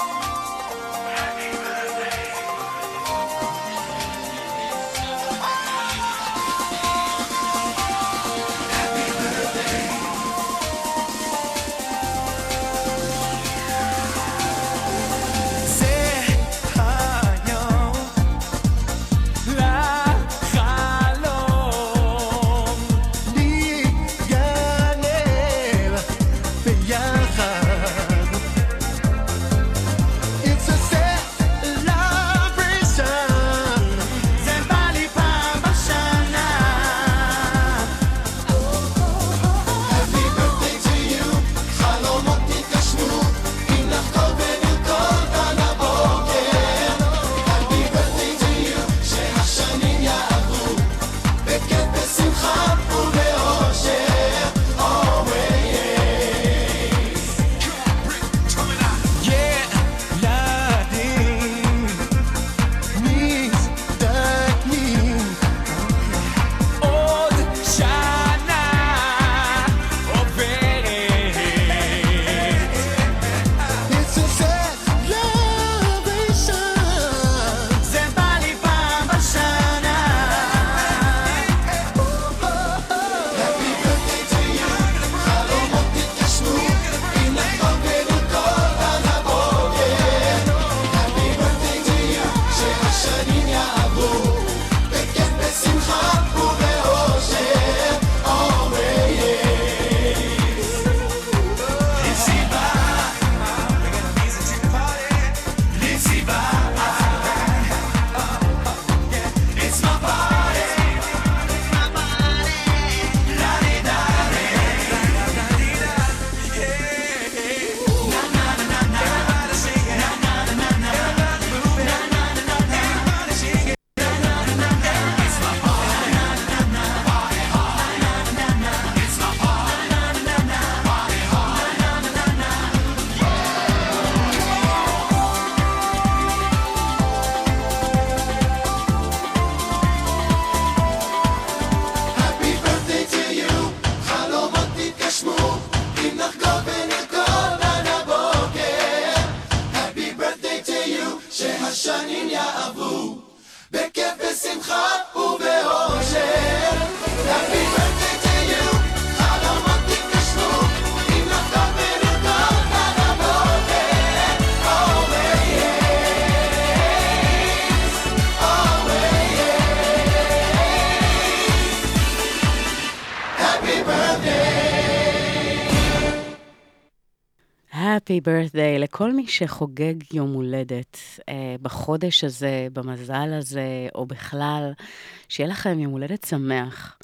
Happy birthday לכל מי שחוגג יום הולדת אה, בחודש הזה, במזל הזה, או בכלל, שיהיה לכם יום הולדת שמח,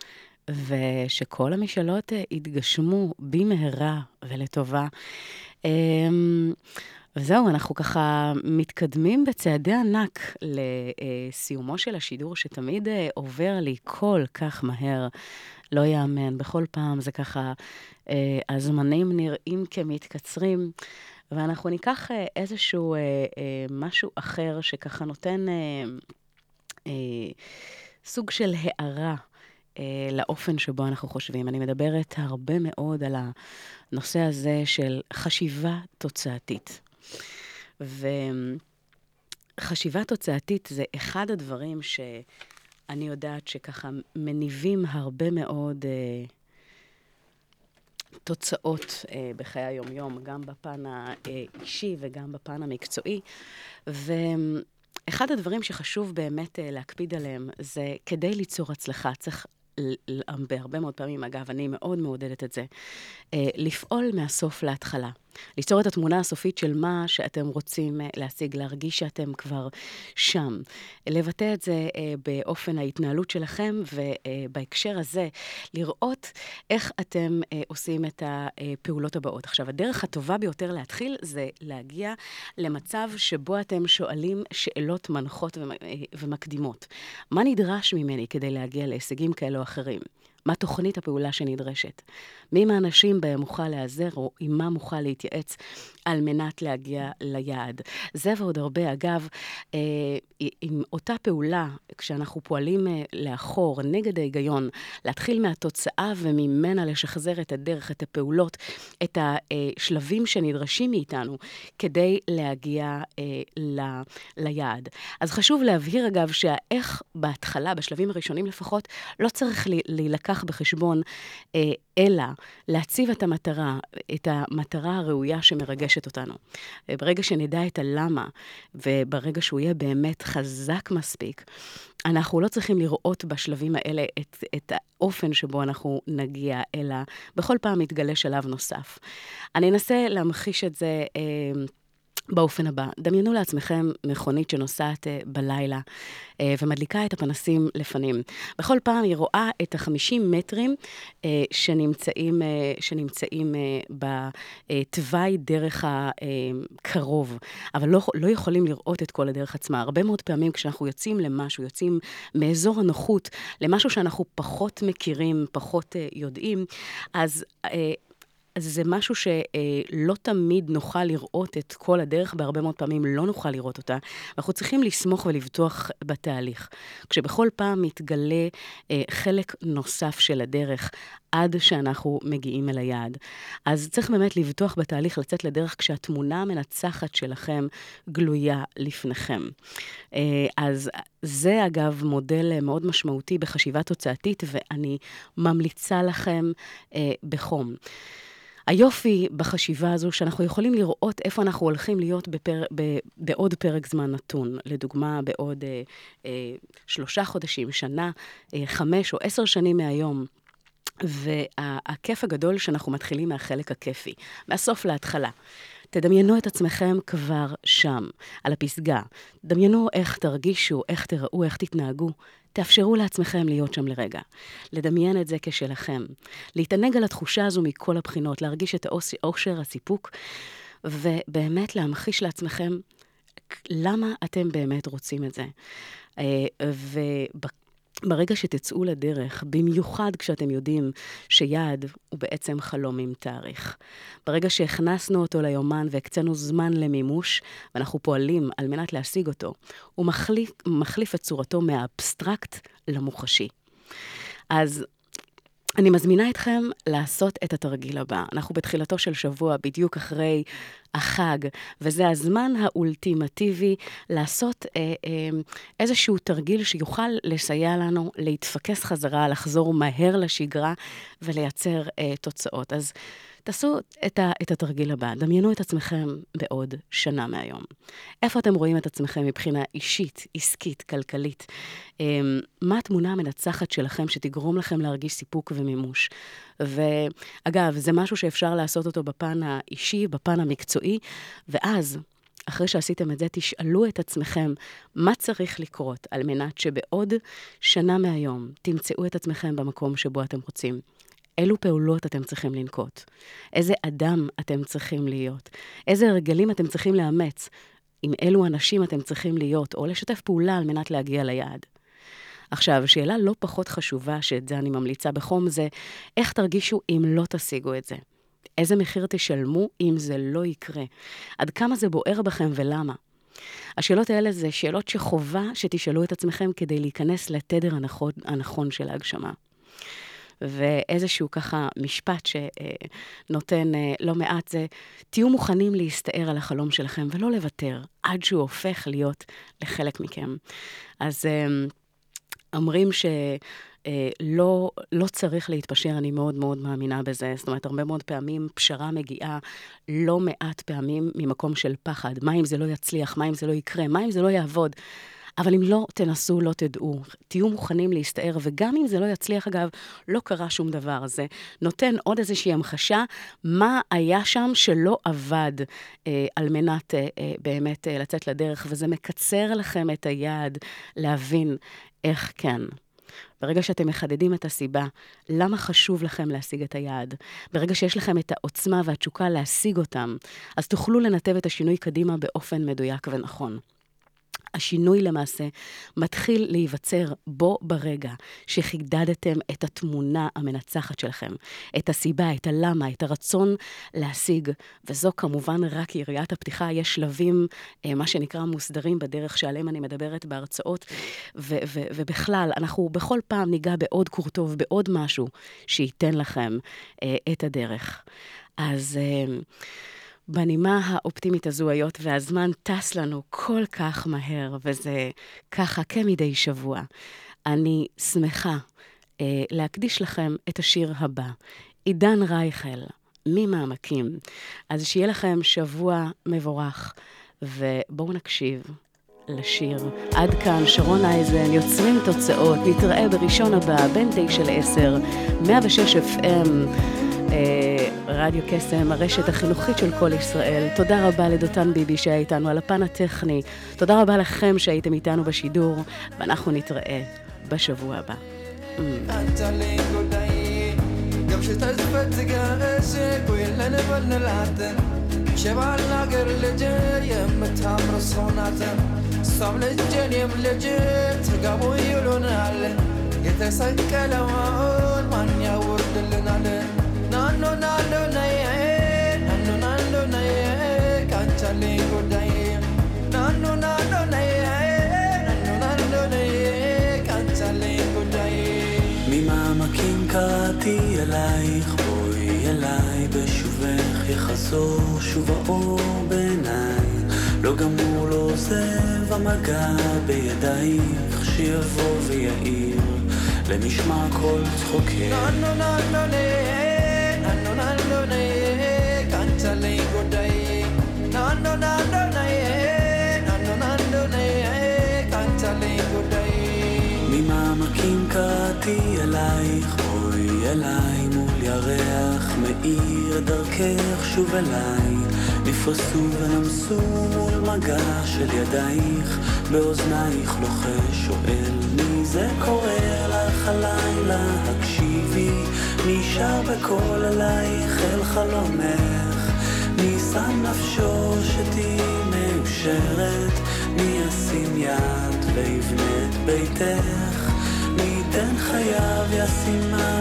ושכל המשאלות אה, יתגשמו במהרה ולטובה. אה, וזהו, אנחנו ככה מתקדמים בצעדי ענק לסיומו של השידור, שתמיד אה, עובר לי כל כך מהר. לא יאמן, בכל פעם זה ככה, אה, הזמנים נראים כמתקצרים, ואנחנו ניקח אה, איזשהו אה, אה, משהו אחר שככה נותן אה, אה, סוג של הערה אה, לאופן שבו אנחנו חושבים. אני מדברת הרבה מאוד על הנושא הזה של חשיבה תוצאתית. וחשיבה תוצאתית זה אחד הדברים שאני יודעת שככה מניבים הרבה מאוד אה, תוצאות אה, בחיי היום-יום, גם בפן האישי וגם בפן המקצועי. ואחד הדברים שחשוב באמת אה, להקפיד עליהם זה כדי ליצור הצלחה, צריך בהרבה מאוד פעמים, אגב, אני מאוד מעודדת את זה, לפעול מהסוף להתחלה. ליצור את התמונה הסופית של מה שאתם רוצים להשיג, להרגיש שאתם כבר שם. לבטא את זה באופן ההתנהלות שלכם, ובהקשר הזה, לראות איך אתם עושים את הפעולות הבאות. עכשיו, הדרך הטובה ביותר להתחיל זה להגיע למצב שבו אתם שואלים שאלות מנחות ומקדימות. מה נדרש ממני כדי להגיע להישגים כאלו או אחרים? מה תוכנית הפעולה שנדרשת? מי מהאנשים בהם מוכל להיעזר, או עם מה מוכל להתייעץ על מנת להגיע ליעד? זה ועוד הרבה. אגב, עם אותה פעולה, כשאנחנו פועלים לאחור, נגד ההיגיון, להתחיל מהתוצאה וממנה לשחזר את הדרך, את הפעולות, את השלבים שנדרשים מאיתנו, כדי להגיע ל, ליעד. אז חשוב להבהיר, אגב, שהאיך בהתחלה, בשלבים הראשונים לפחות, לא צריך להילקח בחשבון, אלא להציב את המטרה, את המטרה הראויה שמרגשת אותנו. ברגע שנדע את הלמה, וברגע שהוא יהיה באמת חזק מספיק, אנחנו לא צריכים לראות בשלבים האלה את, את האופן שבו אנחנו נגיע, אלא בכל פעם מתגלה שלב נוסף. אני אנסה להמחיש את זה אה, באופן הבא. דמיינו לעצמכם מכונית שנוסעת בלילה ומדליקה את הפנסים לפנים. בכל פעם היא רואה את החמישים מטרים שנמצאים, שנמצאים בתוואי דרך הקרוב, אבל לא, לא יכולים לראות את כל הדרך עצמה. הרבה מאוד פעמים כשאנחנו יוצאים למשהו, יוצאים מאזור הנוחות למשהו שאנחנו פחות מכירים, פחות יודעים, אז אז זה משהו שלא תמיד נוכל לראות את כל הדרך, בהרבה מאוד פעמים לא נוכל לראות אותה. אנחנו צריכים לסמוך ולבטוח בתהליך. כשבכל פעם מתגלה חלק נוסף של הדרך, עד שאנחנו מגיעים אל היעד. אז צריך באמת לבטוח בתהליך, לצאת לדרך כשהתמונה המנצחת שלכם גלויה לפניכם. אז זה אגב מודל מאוד משמעותי בחשיבה תוצאתית, ואני ממליצה לכם בחום. היופי בחשיבה הזו שאנחנו יכולים לראות איפה אנחנו הולכים להיות בפר, ב, בעוד פרק זמן נתון. לדוגמה, בעוד אה, אה, שלושה חודשים, שנה, אה, חמש או עשר שנים מהיום. והכיף הגדול שאנחנו מתחילים מהחלק הכיפי, מהסוף להתחלה. תדמיינו את עצמכם כבר שם, על הפסגה. דמיינו איך תרגישו, איך תראו, איך תתנהגו. תאפשרו לעצמכם להיות שם לרגע. לדמיין את זה כשלכם. להתענג על התחושה הזו מכל הבחינות, להרגיש את האושר, הסיפוק, ובאמת להמחיש לעצמכם למה אתם באמת רוצים את זה. וברגע שתצאו לדרך, במיוחד כשאתם יודעים שיעד הוא בעצם חלום עם תאריך. ברגע שהכנסנו אותו ליומן והקצנו זמן למימוש, ואנחנו פועלים על מנת להשיג אותו, הוא מחליף, מחליף את צורתו מהאבסטרקט למוחשי. אז אני מזמינה אתכם לעשות את התרגיל הבא. אנחנו בתחילתו של שבוע, בדיוק אחרי החג, וזה הזמן האולטימטיבי לעשות אה, אה, איזשהו תרגיל שיוכל לסייע לנו להתפקס חזרה, לחזור מהר לשגרה ולייצר אה, תוצאות. אז תעשו את, ה, את התרגיל הבא, דמיינו את עצמכם בעוד שנה מהיום. איפה אתם רואים את עצמכם מבחינה אישית, עסקית, כלכלית? מה התמונה המנצחת שלכם שתגרום לכם להרגיש סיפוק ומימוש? ואגב, זה משהו שאפשר לעשות אותו בפן האישי, בפן המקצועי, ואז, אחרי שעשיתם את זה, תשאלו את עצמכם מה צריך לקרות על מנת שבעוד שנה מהיום תמצאו את עצמכם במקום שבו אתם רוצים. אילו פעולות אתם צריכים לנקוט? איזה אדם אתם צריכים להיות? איזה הרגלים אתם צריכים לאמץ? עם אילו אנשים אתם צריכים להיות, או לשתף פעולה על מנת להגיע ליעד? עכשיו, שאלה לא פחות חשובה, שאת זה אני ממליצה בחום, זה איך תרגישו אם לא תשיגו את זה? איזה מחיר תשלמו אם זה לא יקרה? עד כמה זה בוער בכם ולמה? השאלות האלה זה שאלות שחובה שתשאלו את עצמכם כדי להיכנס לתדר הנכון, הנכון של ההגשמה. ואיזשהו ככה משפט שנותן לא מעט זה, תהיו מוכנים להסתער על החלום שלכם ולא לוותר עד שהוא הופך להיות לחלק מכם. אז אומרים ש... לא, לא צריך להתפשר, אני מאוד מאוד מאמינה בזה. זאת אומרת, הרבה מאוד פעמים פשרה מגיעה לא מעט פעמים ממקום של פחד. מה אם זה לא יצליח? מה אם זה לא יקרה? מה אם זה לא יעבוד? אבל אם לא תנסו, לא תדעו. תהיו מוכנים להסתער, וגם אם זה לא יצליח, אגב, לא קרה שום דבר. זה נותן עוד איזושהי המחשה, מה היה שם שלא עבד אה, על מנת אה, אה, באמת אה, לצאת לדרך, וזה מקצר לכם את היעד להבין איך כן. ברגע שאתם מחדדים את הסיבה, למה חשוב לכם להשיג את היעד? ברגע שיש לכם את העוצמה והתשוקה להשיג אותם, אז תוכלו לנתב את השינוי קדימה באופן מדויק ונכון. השינוי למעשה מתחיל להיווצר בו ברגע שחידדתם את התמונה המנצחת שלכם, את הסיבה, את הלמה, את הרצון להשיג, וזו כמובן רק יריית הפתיחה. יש שלבים, מה שנקרא מוסדרים בדרך שעליהם אני מדברת בהרצאות, ו- ו- ובכלל אנחנו בכל פעם ניגע בעוד קורטוב, בעוד משהו שייתן לכם את הדרך. אז... בנימה האופטימית הזו, היות והזמן טס לנו כל כך מהר, וזה ככה כמדי שבוע, אני שמחה אה, להקדיש לכם את השיר הבא, עידן רייכל, ממעמקים. אז שיהיה לכם שבוע מבורך, ובואו נקשיב לשיר. עד כאן שרון אייזן, יוצרים תוצאות, נתראה בראשון הבא, בין תשע לעשר, מאה ושש אף אם, רדיו קסם, הרשת החינוכית של כל ישראל. תודה רבה לדותן ביבי שהיה איתנו על הפן הטכני. תודה רבה לכם שהייתם איתנו בשידור, ואנחנו נתראה בשבוע הבא. Nano nano nae, nano nano nae, canchale godaye. Nano nano nae, nano nano nae, canchale godaye. ממעמקים קראתי אלייך, בואי אליי בשובך, יחזור שוב האור בעיניי. לא גמור לא עוזב המגע בידייך, שיבוא ויעיר למשמע כל צחוקך. ננו ננו נאי, ננו ננו נאי, קנצלי גודאי. ננו ננו נאי, ננו ננו נאי, קנצלי גודאי. ממעמקים קראתי אלייך, בואי אליי מול ירח מאיר דרכך שוב אליי. נפרסו ונמסו מול מגע של ידייך, באוזנייך לוחש שואל מי זה קורא לך הלילה, הקשיבי מי שר בקול אלייך אל חלומך, מי שם נפשו שתהי מאושרת, מי ישים יד ויבנה את ביתך, מי ייתן חייו ישימה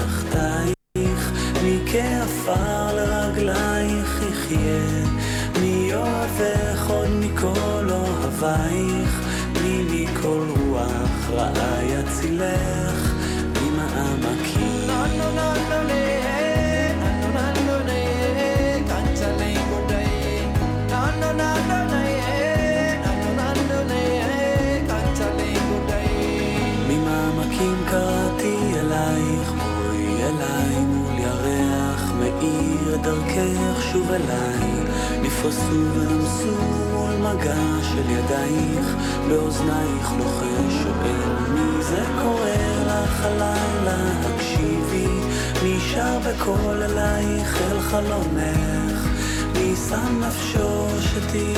מתחתייך, מי כעפר לרגלייך יחיה, מי אוהבך עוד מכל אוהבייך, מי מכל רוח רעה יצילך, ממעמקים. ננו ננו נאה, ננו ננו נאה, קנצלי גודאי. ננו ננו נאה, ננו ננו נאה, קנצלי גודאי. ממעמקים קראתי אלייך, בואי אליי מול ירח מאיר דרכך שוב אליי. נפרסו ונמסו מול מגע של ידייך, באוזנייך לוחש שואל מי זה קורא לך הלילה, הקשיבי מי שר בקול אלייך אל חלומך, מי שם נפשו שתהי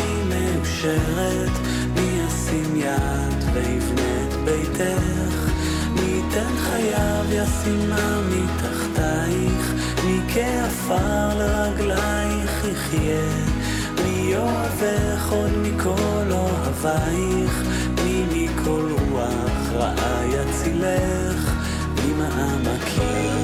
מאושרת, מי ישים יד ויבנה את ביתך, מי ייתן חייו ישימה מתחתייך, מי כעפר לרגלייך יחיה, מי אוהבך עוד מכל אוהבייך, מי מכל רוח רעה יצילך, ממעמקים.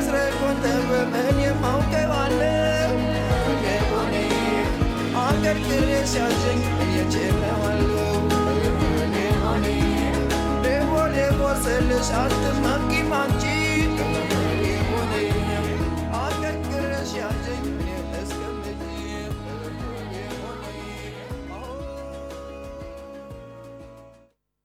መስረቁን ተበመን የማውቀዋለሁ የሆኔ አገር ግሬ ሲያሸኝ እየችለዋለሁ የሆኔ ደቦ ደቦ ስልሽ አትመኪም አንቺ